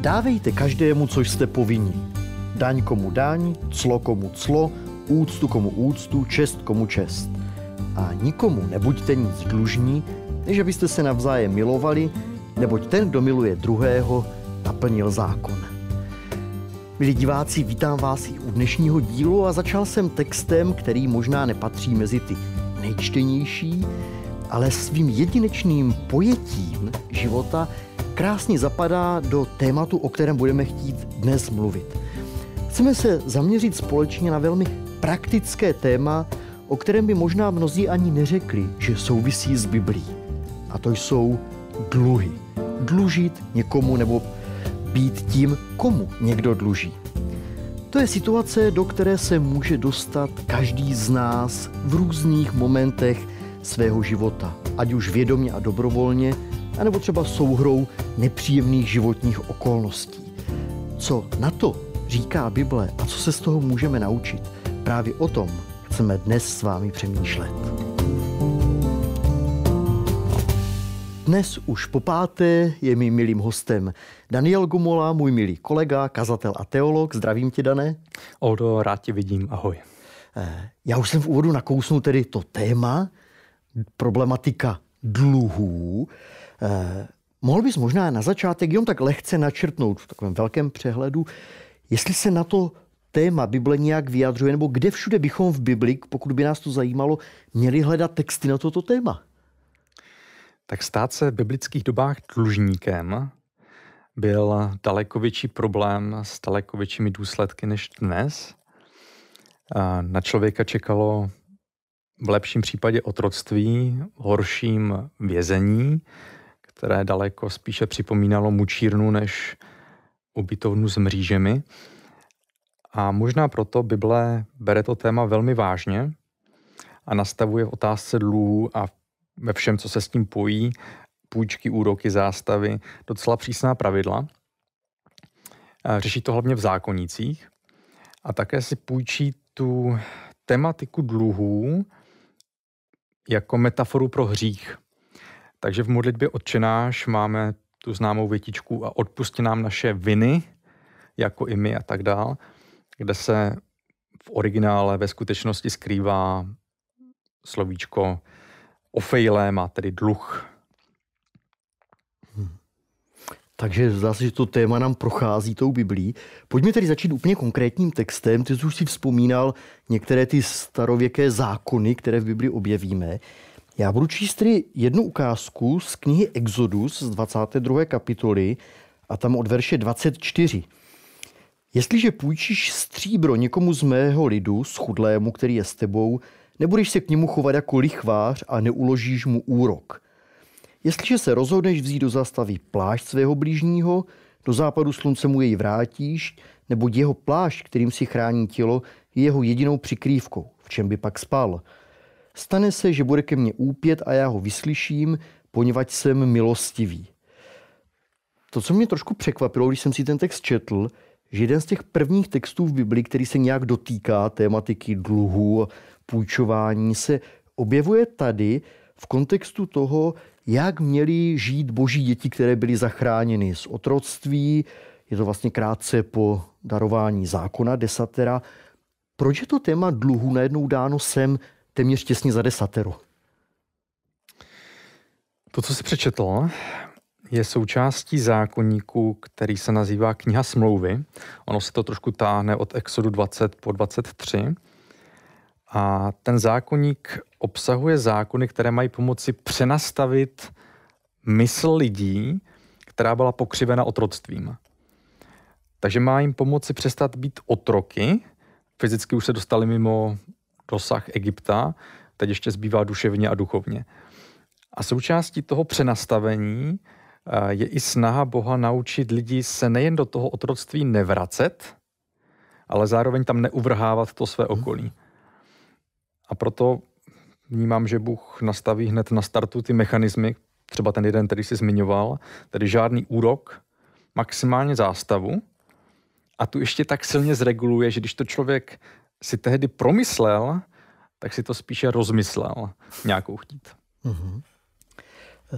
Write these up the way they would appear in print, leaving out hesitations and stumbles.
Dávejte každému, což jste povinni. Daň komu daň, clo komu clo, úctu komu úctu, čest komu čest. A nikomu nebuďte nic dlužní, než abyste se navzájem milovali, neboť ten, kdo miluje druhého, naplnil zákon. Milí diváci, vítám vás i u dnešního dílu a začal jsem textem, který možná nepatří mezi ty nejčtenější, ale svým jedinečným pojetím života krásně zapadá do tématu, o kterém budeme chtít dnes mluvit. Chceme se zaměřit společně na velmi praktické téma, o kterém by možná mnozí ani neřekli, že souvisí s Biblií. A to jsou dluhy. Dlužit někomu nebo být tím, komu někdo dluží. To je situace, do které se může dostat každý z nás v různých momentech svého života, ať už vědomě a dobrovolně, anebo třeba souhrou nepříjemných životních okolností. Co na to říká Bible a co se z toho můžeme naučit? Právě o tom chceme dnes s vámi přemýšlet. Dnes už po páté je mým milým hostem Daniel Gumola, můj milý kolega, kazatel a teolog. Zdravím tě, Dané. Oldo, rád tě vidím, ahoj. Já už jsem v úvodu nakousnul tedy to téma, problematika dluhů. Mohl bys možná na začátek jenom tak lehce načrtnout v takovém velkém přehledu, jestli se na to téma Bible nějak vyjadřuje, nebo kde všude bychom v Bibli, pokud by nás to zajímalo, měli hledat texty na toto téma? Tak stát se v biblických dobách dlužníkem byl daleko větší problém s daleko většími důsledky než dnes. Na člověka čekalo v lepším případě otroctví, v horším vězení, které daleko spíše připomínalo mučírnu než ubytovnu s mřížemi. A možná proto Bible bere to téma velmi vážně a nastavuje v otázce dluhů a ve všem, co se s tím pojí, půjčky, úroky, zástavy, docela přísná pravidla. Řeší to hlavně v zákonících a také si půjčí tu tematiku dluhů jako metaforu pro hřích. Takže v modlitbě Otčenáš máme tu známou větičku a odpusti nám naše viny, jako i my a tak dál, kde se v originále ve skutečnosti skrývá slovíčko ofejlém, a tedy dluh. Takže zdá se, že to téma nám prochází tou Biblí. Pojďme tedy začít úplně konkrétním textem. Ty jsi už si vzpomínal některé ty starověké zákony, které v Biblii objevíme. Já budu číst tedy jednu ukázku z knihy Exodus z 22. kapitoly a tam od verše 24. Jestliže půjčíš stříbro někomu z mého lidu, schudlému, který je s tebou, nebudeš se k němu chovat jako lichvář a neuložíš mu úrok. Jestliže se rozhodneš vzít do zástavy plášť svého blížního, do západu slunce mu jej vrátíš, nebo jeho plášť, kterým si chrání tělo, je jeho jedinou přikrývkou, v čem by pak spal. Stane se, že bude ke mně úpět a já ho vyslyším, poněvadž jsem milostivý. To, co mě trošku překvapilo, když jsem si ten text četl, že jeden z těch prvních textů v Biblii, který se nějak dotýká tématiky dluhu, půjčování, se objevuje tady v kontextu toho, jak měli žít boží děti, které byly zachráněny z otroctví. Je to vlastně krátce po darování zákona desatera. Proč je to téma dluhu najednou dáno sem téměř těsně za desatero? To, co jsi přečetl, je součástí zákoníku, který se nazývá Kniha smlouvy. Ono se to trošku táhne od Exodu 20 po 23. A ten zákoník obsahuje zákony, které mají pomoci přenastavit mysl lidí, která byla pokřivena otroctvím. Takže má jim pomoci přestat být otroky. Fyzicky už se dostali mimo dosah Egypta, teď ještě zbývá duševně a duchovně. A součástí toho přenastavení je i snaha Boha naučit lidi se nejen do toho otroctví nevracet, ale zároveň tam neuvrhávat to své okolí. A proto vnímám, že Bůh nastaví hned na startu ty mechanismy, třeba ten jeden, který jsi zmiňoval, tedy žádný úrok, maximálně zástavu, a tu ještě tak silně zreguluje, že když to člověk si tehdy promyslel, tak si to spíše rozmyslel nějakou chtít.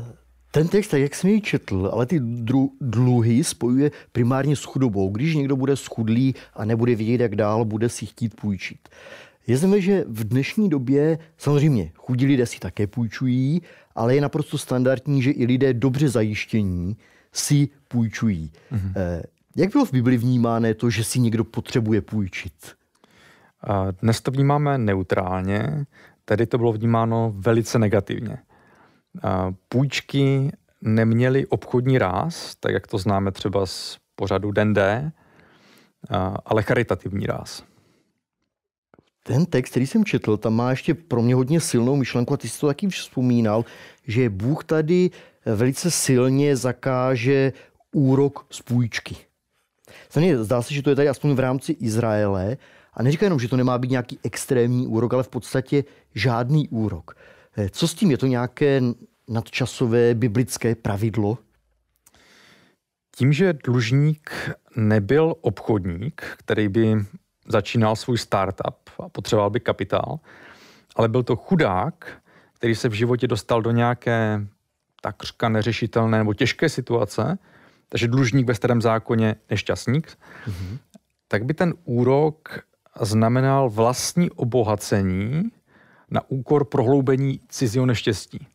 Ten text, tak jak jsem ji četl, ale ty dluhy spojuje primárně s chudobou. Když někdo bude schudlý a nebude vědět, jak dál, bude si chtít půjčit. Je zřejmé, že v dnešní době samozřejmě chudí lidé si také půjčují, ale je naprosto standardní, že i lidé dobře zajištění si půjčují. Jak bylo v Bibli vnímáno to, že si někdo potřebuje půjčit? Dnes to vnímáme neutrálně, tedy to bylo vnímáno velice negativně. Půjčky neměly obchodní ráz, tak jak to známe třeba z pořadu Den D, ale charitativní ráz. Ten text, který jsem četl, tam má ještě pro mě hodně silnou myšlenku a ty jsi to taky vzpomínal, že Bůh tady velice silně zakáže úrok z půjčky. Zdá se, že to je tady aspoň v rámci Izraele a neříká jenom, že to nemá být nějaký extrémní úrok, ale v podstatě žádný úrok. Co s tím? Je to nějaké nadčasové biblické pravidlo? Tím, že dlužník nebyl obchodník, který by začínal svůj startup a potřeboval by kapitál, ale byl to chudák, který se v životě dostal do nějaké takřka neřešitelné nebo těžké situace, takže dlužník ve Starém zákoně nešťastník, tak by ten úrok znamenal vlastní obohacení na úkor prohloubení cizího neštěstí.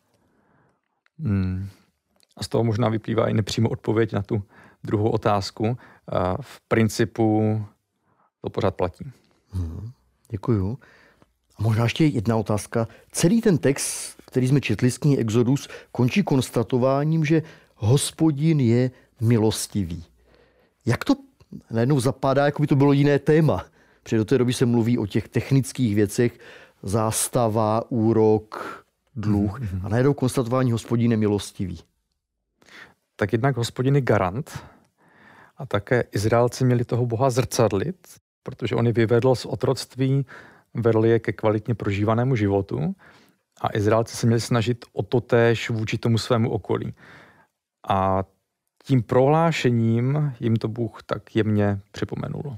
A z toho možná vyplývá i nepřímo odpověď na tu druhou otázku. V principu to pořád platí. Děkuju. A možná ještě jedna otázka. Celý ten text, který jsme četli z knihy Exodus, končí konstatováním, že Hospodin je milostivý. Jak to najednou zapadá, jako by to bylo jiné téma? Protože do té doby se mluví o těch technických věcech, zástava, úrok, dluh a najednou konstatování Hospodin je milostivý. Tak jednak Hospodin je garant a také Izraelci měli toho Boha zrcadlit, protože on je vyvedl z otroctví, vedl je ke kvalitně prožívanému životu a Izraelci se měli snažit o to též vůči tomu svému okolí. A tím prohlášením jim to Bůh tak jemně připomenul.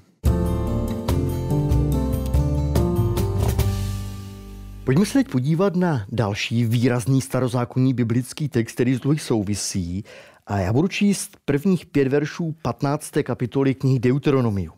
Pojďme se teď podívat na další výrazný starozákonní biblický text, který s dluhy souvisí. A já budu číst prvních 5 veršů 15. kapitoly knihy Deuteronomium.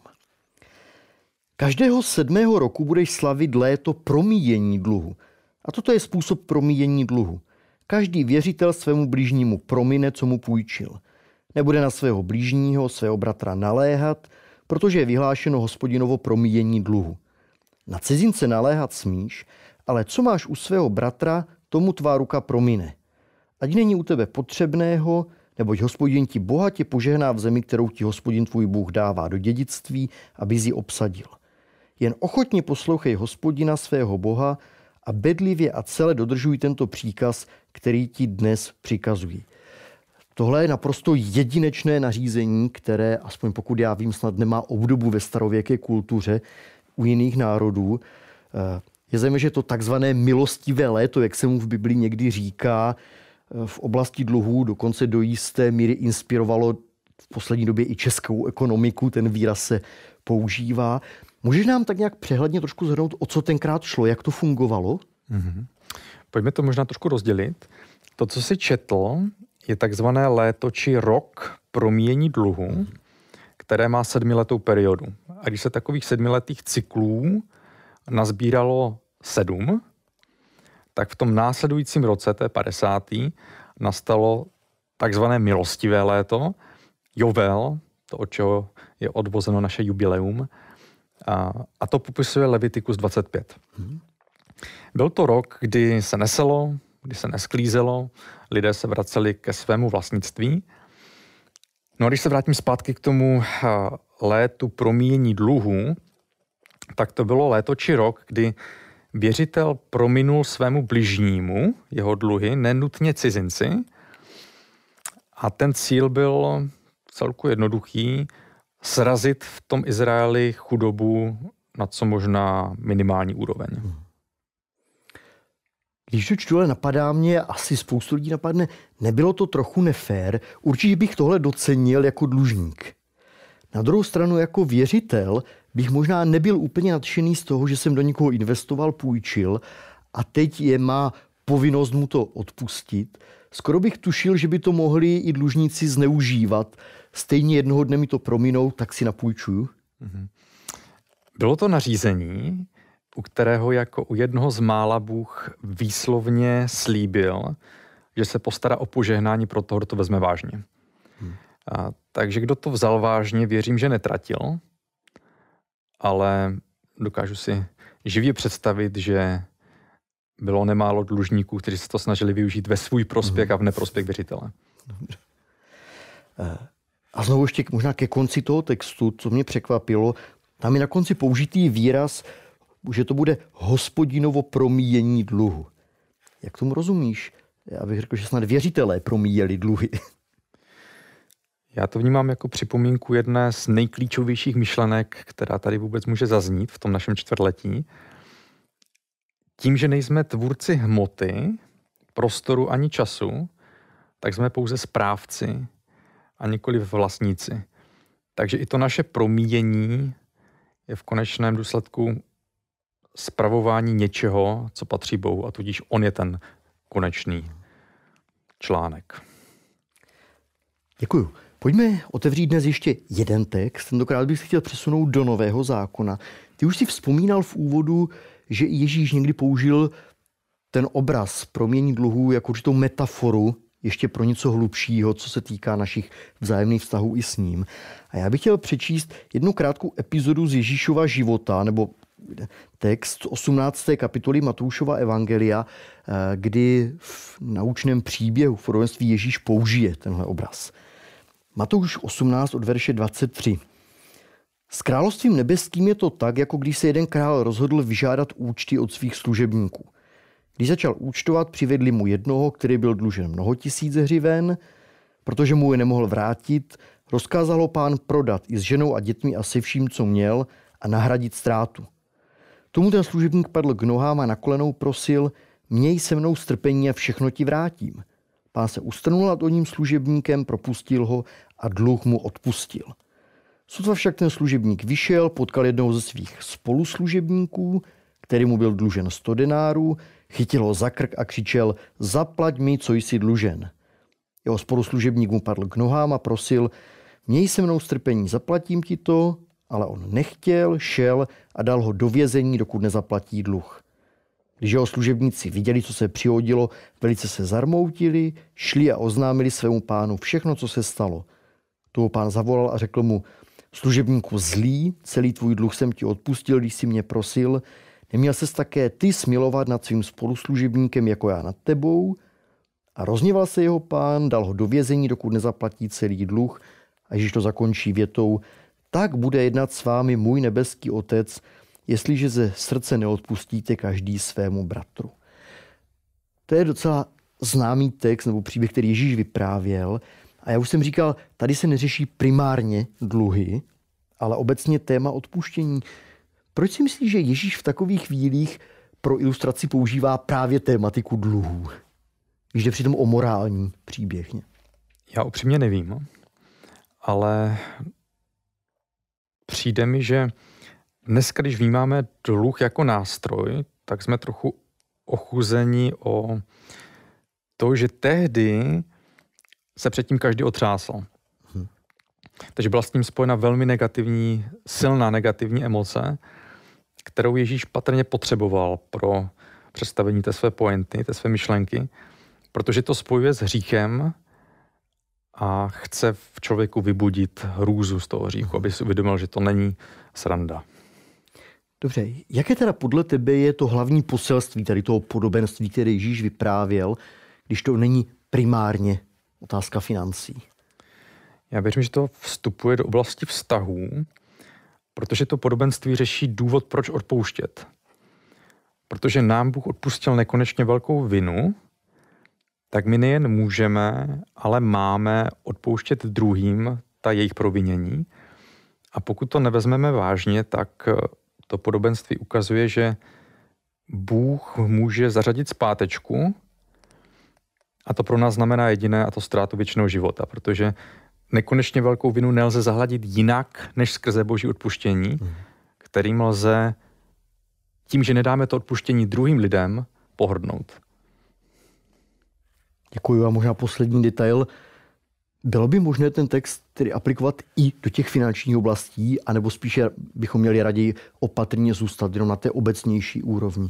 Každého 7. roku budeš slavit léto promíjení dluhu. A toto je způsob promíjení dluhu. Každý věřitel svému blížnímu promine, co mu půjčil. Nebude na svého blížního, svého bratra naléhat, protože je vyhlášeno Hospodinovo promíjení dluhu. Na cizince naléhat smíš, ale co máš u svého bratra, tomu tvá ruka promine. Ať není u tebe potřebného, neboť Hospodin ti bohatě požehná v zemi, kterou ti Hospodin tvůj Bůh dává do dědictví, abys ji obsadil. Jen ochotně poslouchej Hospodina svého Boha a bedlivě a celé dodržuj tento příkaz, který ti dnes přikazují. Tohle je naprosto jedinečné nařízení, které, aspoň pokud já vím, snad nemá obdobu ve starověké kultuře u jiných národů. Je zřejmé, že to takzvané milostivé léto, jak se mu v Biblii někdy říká, v oblasti dluhů dokonce do jisté míry inspirovalo v poslední době i českou ekonomiku, ten výraz se používá. Můžeš nám tak nějak přehledně trošku shrnout, o co tenkrát šlo, jak to fungovalo? Pojďme to možná trošku rozdělit. To, co jsi četl, je takzvané léto či rok promíjení dluhu, které má 7letou periodu. A když se takových 7letých cyklů nazbíralo 7, tak v tom následujícím roce, to je 50., nastalo takzvané milostivé léto, Jovel, to, od čeho je odvozeno naše jubileum, a to popisuje Levitikus 25. Byl to rok, kdy se neselo, kdy se nesklízelo, lidé se vraceli ke svému vlastnictví. No a když se vrátím zpátky k tomu létu promíjení dluhů, tak to bylo léto či rok, kdy věřitel prominul svému bližnímu jeho dluhy, nenutně cizinci. A ten cíl byl celku jednoduchý, srazit v tom Izraeli chudobu na co možná minimální úroveň. Když to čtu, ale napadá mě, asi spoustu lidí napadne, nebylo to trochu nefér? Určitě bych tohle docenil jako dlužník. Na druhou stranu jako věřitel bych možná nebyl úplně nadšený z toho, že jsem do někoho investoval, půjčil a teď je má povinnost mu to odpustit. Skoro bych tušil, že by to mohli i dlužníci zneužívat. Stejně jednoho dne mi to prominou, tak si napůjčuju. Bylo to nařízení, u kterého jako u jednoho z mála Bůh výslovně slíbil, že se postará o požehnání pro toho, kdo to vezme vážně. Takže kdo to vzal vážně, věřím, že netratil, ale dokážu si živě představit, že bylo nemálo dlužníků, kteří se to snažili využít ve svůj prospěch a v neprospěch věřitele. A znovu ještě možná ke konci toho textu, co mě překvapilo, tam je na konci použitý výraz, že to bude Hospodinovo promíjení dluhu. Jak tomu rozumíš? Já bych řekl, že snad věřitelé promíjeli dluhy. Já to vnímám jako připomínku jedné z nejklíčovějších myšlenek, která tady vůbec může zaznít v tom našem čtvrtletí. Tím, že nejsme tvůrci hmoty, prostoru ani času, tak jsme pouze správci a nikoliv vlastníci. Takže i to naše promíjení je v konečném důsledku spravování něčeho, co patří Bohu, a tudíž on je ten konečný článek. Děkuju. Pojďme otevřít dnes ještě jeden text. Tentokrát bych se chtěl přesunout do Nového zákona. Ty už si vzpomínal v úvodu, že Ježíš někdy použil ten obraz promění dluhů jako určitou metaforu ještě pro něco hlubšího, co se týká našich vzájemných vztahů i s ním. A já bych chtěl přečíst jednu krátkou epizodu z Ježíšova života, nebo text 18. kapitoly Matoušova evangelia, kdy v naučném příběhu v podobenství Ježíš použije tenhle obraz. Matouš 18 od verše 23. S královstvím nebeským je to tak, jako když se jeden král rozhodl vyžádat účty od svých služebníků. Když začal účtovat, přivedli mu jednoho, který byl dlužen mnoho tisíc hřiven. Protože mu je nemohl vrátit, rozkázal ho pán prodat i s ženou a dětmi a se vším, co měl, a nahradit ztrátu. Tomu ten služebník padl k nohám a na kolenou prosil: měj se mnou strpení a všechno ti vrátím. Pán se ustrnul nad oním služebníkem, propustil ho a dluh mu odpustil. Sotva však ten služebník vyšel, potkal jednoho ze svých spoluslužebníků, který mu byl dlužen 100 denárů, chytil ho za krk a křičel: zaplať mi, co jsi dlužen. Jeho spoluslužebník mu padl k nohám a prosil: měj se mnou strpení, zaplatím ti to, ale on nechtěl, šel a dal ho do vězení, dokud nezaplatí dluh. Když jeho služebníci viděli, co se přihodilo, velice se zarmoutili, šli a oznámili svému pánu všechno, co se stalo. Toho pán zavolal a řekl mu: služebníku zlý, celý tvůj dluh jsem ti odpustil, když jsi mě prosil. Neměl ses také ty smilovat nad svým spoluslužebníkem jako já nad tebou? A rozněval se jeho pán, dal ho do vězení, dokud nezaplatí celý dluh. A Ježíš to zakončí větou: tak bude jednat s vámi můj nebeský otec, jestliže ze srdce neodpustíte každý svému bratru. To je docela známý text nebo příběh, který Ježíš vyprávěl. A já už jsem říkal, tady se neřeší primárně dluhy, ale obecně téma odpuštění. Proč si myslíš, že Ježíš v takových chvílích pro ilustraci používá právě tématiku dluhů? Když jde přitom o morální příběh. Ne? Já upřímně nevím, ale přijde mi, že dneska, když vnímáme dluh jako nástroj, tak jsme trochu ochuzeni o to, že tehdy se předtím každý otřásl. Takže byla s tím spojena velmi silná negativní emoce, kterou Ježíš patrně potřeboval pro představení té své pointy, té své myšlenky, protože to spojuje s hříchem a chce v člověku vybudit hrůzu z toho hříchu, aby si uvědomil, že to není sranda. Dobře, jaké teda podle tebe je to hlavní poselství tady toho podobenství, které Ježíš vyprávěl, když to není primárně otázka financí? Já věřím, že to vstupuje do oblasti vztahů, protože to podobenství řeší důvod, proč odpouštět. Protože nám Bůh odpustil nekonečně velkou vinu, tak my nejen můžeme, ale máme odpouštět druhým ta jejich provinění. A pokud to nevezmeme vážně, tak to podobenství ukazuje, že Bůh může zařadit zpátečku, a to pro nás znamená jediné, a to ztrátu věčného života, protože nekonečně velkou vinu nelze zahladit jinak, než skrze Boží odpuštění, kterým lze tím, že nedáme to odpuštění druhým lidem, pohrdnout. Děkuji. A možná poslední detail. Bylo by možné ten text tedy aplikovat i do těch finančních oblastí, anebo spíše bychom měli raději opatrně zůstat jenom na té obecnější úrovni?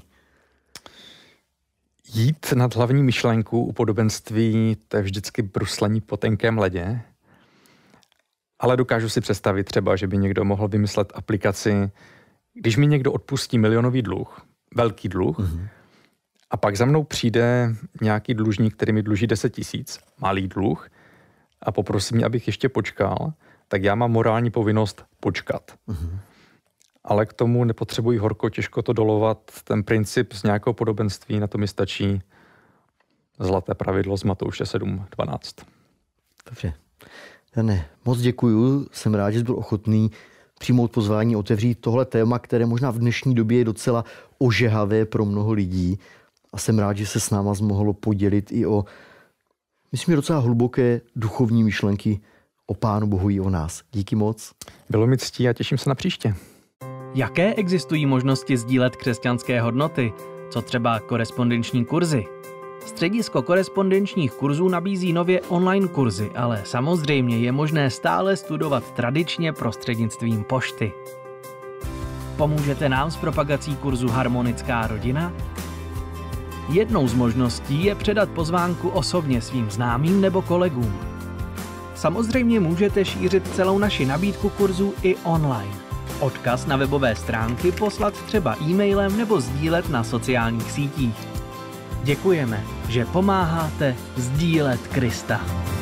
Jít nad hlavní myšlenku u podobenství, to je vždycky bruslení po tenkém ledě. Ale dokážu si představit třeba, že by někdo mohl vymyslet aplikaci, když mi někdo odpustí milionový dluh, velký dluh, a pak za mnou přijde nějaký dlužník, který mi dluží 10 000, malý dluh, a poprosí mě, abych ještě počkal, tak já mám morální povinnost počkat. Ale k tomu nepotřebuji horko těžko to dolovat. Ten princip z nějakého podobenství, na to mi stačí zlaté pravidlo z Matouše 7:12. Dobře. Jane, moc děkuju. Jsem rád, že jsi byl ochotný přijmout pozvání, otevřít tohle téma, které možná v dnešní době je docela ožehavé pro mnoho lidí. A jsem rád, že se s náma mohlo podělit i o, myslím, docela hluboké duchovní myšlenky o Pánu Bohu i o nás. Díky moc. Bylo mi ctí a těším se na příště. Jaké existují možnosti sdílet křesťanské hodnoty? Co třeba korespondenční kurzy? Středisko korespondenčních kurzů nabízí nově online kurzy, ale samozřejmě je možné stále studovat tradičně prostřednictvím pošty. Pomůžete nám s propagací kurzu Harmonická rodina? Jednou z možností je předat pozvánku osobně svým známým nebo kolegům. Samozřejmě můžete šířit celou naši nabídku kurzů i online. Odkaz na webové stránky poslat třeba e-mailem nebo sdílet na sociálních sítích. Děkujeme, že pomáháte sdílet Krista.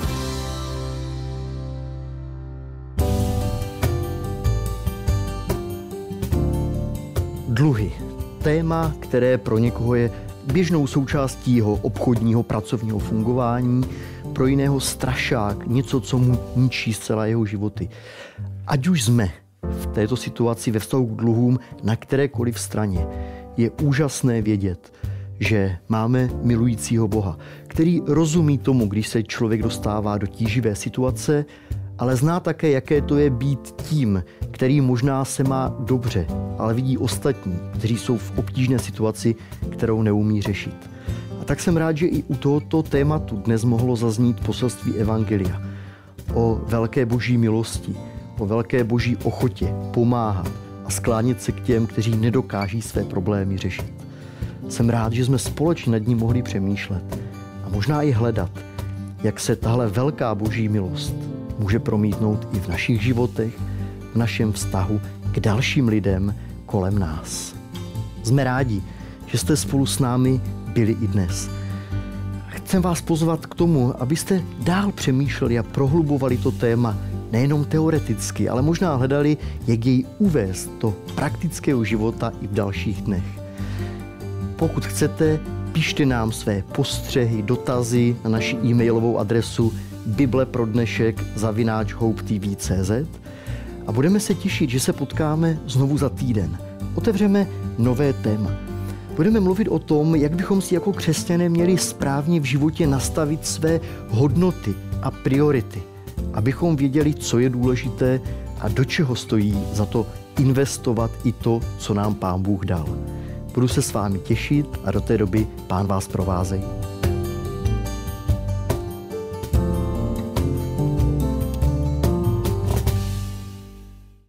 Dluhy. Téma, které pro někoho je běžnou součástí jeho obchodního pracovního fungování, pro jiného strašák, něco, co mu ničí zcela jeho životy. Ať už jsme v této situaci ve vztahu k dluhům na kterékoliv straně, je úžasné vědět, že máme milujícího Boha, který rozumí tomu, když se člověk dostává do tíživé situace, ale zná také, jaké to je být tím, který možná se má dobře, ale vidí ostatní, kteří jsou v obtížné situaci, kterou neumí řešit. A tak jsem rád, že i u tohoto tématu dnes mohlo zaznít poselství Evangelia o velké boží milosti, o velké boží ochotě pomáhat a sklánět se k těm, kteří nedokáží své problémy řešit. Jsem rád, že jsme společně nad ním mohli přemýšlet a možná i hledat, jak se tahle velká boží milost může promítnout i v našich životech, v našem vztahu k dalším lidem kolem nás. Jsme rádi, že jste spolu s námi byli i dnes. Chcem vás pozvat k tomu, abyste dál přemýšleli a prohlubovali to téma nejenom teoreticky, ale možná hledali, jak jej uvést do praktického života i v dalších dnech. Pokud chcete, pište nám své postřehy, dotazy na naši e-mailovou adresu bibleprodnešek@hopetv.cz a budeme se těšit, že se potkáme znovu za týden. Otevřeme nové téma. Budeme mluvit o tom, jak bychom si jako křesťané měli správně v životě nastavit své hodnoty a priority, abychom věděli, co je důležité a do čeho stojí za to investovat i to, co nám Pán Bůh dal. Budu se s vámi těšit a do té doby Pán vás provázej.